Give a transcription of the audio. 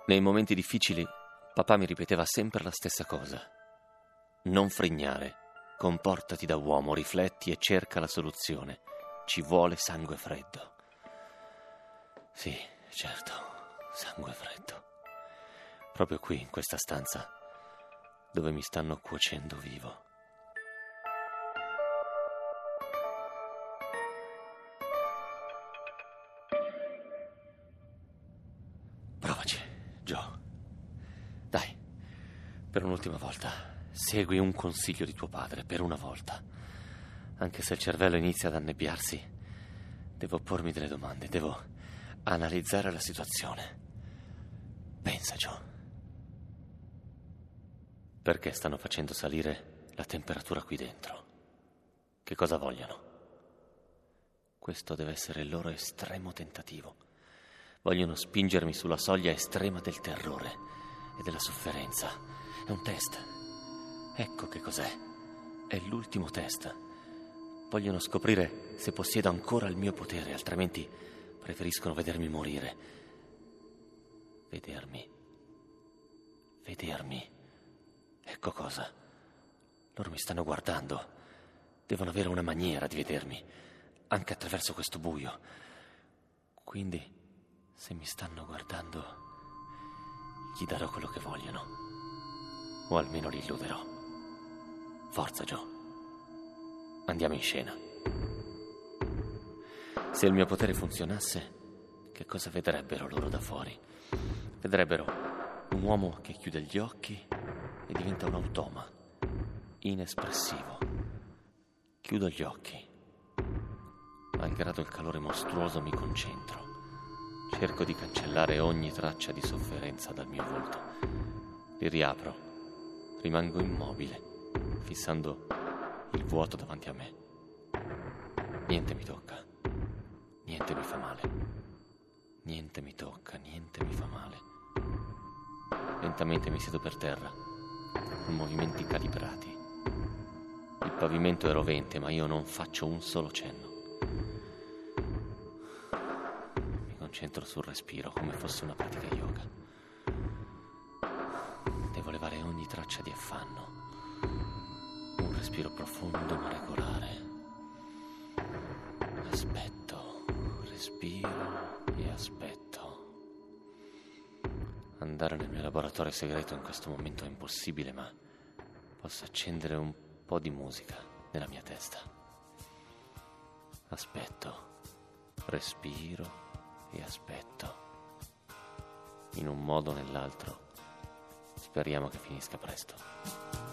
Nei momenti difficili, papà mi ripeteva sempre la stessa cosa. Non frignare, comportati da uomo, rifletti e cerca la soluzione. Ci vuole sangue freddo. Sì, certo, sangue freddo. Proprio qui, in questa stanza, dove mi stanno cuocendo vivo. Provaci, Joe. Dai, per un'ultima volta, segui un consiglio di tuo padre, per una volta. Anche se il cervello inizia ad annebbiarsi, devo pormi delle domande, devo analizzare la situazione. Pensa, Joe. Perché stanno facendo salire la temperatura qui dentro? Che cosa vogliono? Questo deve essere il loro estremo tentativo. Vogliono spingermi sulla soglia estrema del terrore e della sofferenza. È un test. Ecco che cos'è. È l'ultimo test. Vogliono scoprire se possiedo ancora il mio potere, altrimenti preferiscono vedermi morire. Vedermi. Ecco cosa. Loro mi stanno guardando. Devono avere una maniera di vedermi, anche attraverso questo buio. Quindi, se mi stanno guardando, gli darò quello che vogliono. O almeno li illuderò. Forza, Joe. Andiamo in scena. Se il mio potere funzionasse, che cosa vedrebbero loro da fuori? Vedrebbero un uomo che chiude gli occhi e diventa un automa, inespressivo. Chiudo gli occhi. Malgrado il calore mostruoso mi concentro. Cerco di cancellare ogni traccia di sofferenza dal mio volto. Li riapro. Rimango immobile, fissando il vuoto davanti a me. Niente mi tocca. Niente mi fa male. Niente mi tocca, niente mi fa male. Lentamente mi siedo per terra, con movimenti calibrati. Il pavimento è rovente, ma io non faccio un solo cenno. Mi concentro sul respiro, come fosse una pratica yoga. Devo levare ogni traccia di affanno. Un respiro profondo ma regolare. Aspetto, respiro e aspetto. Andare nel mio laboratorio segreto in questo momento è impossibile, ma posso accendere un po' di musica nella mia testa. Aspetto, respiro e aspetto. In un modo o nell'altro, speriamo che finisca presto.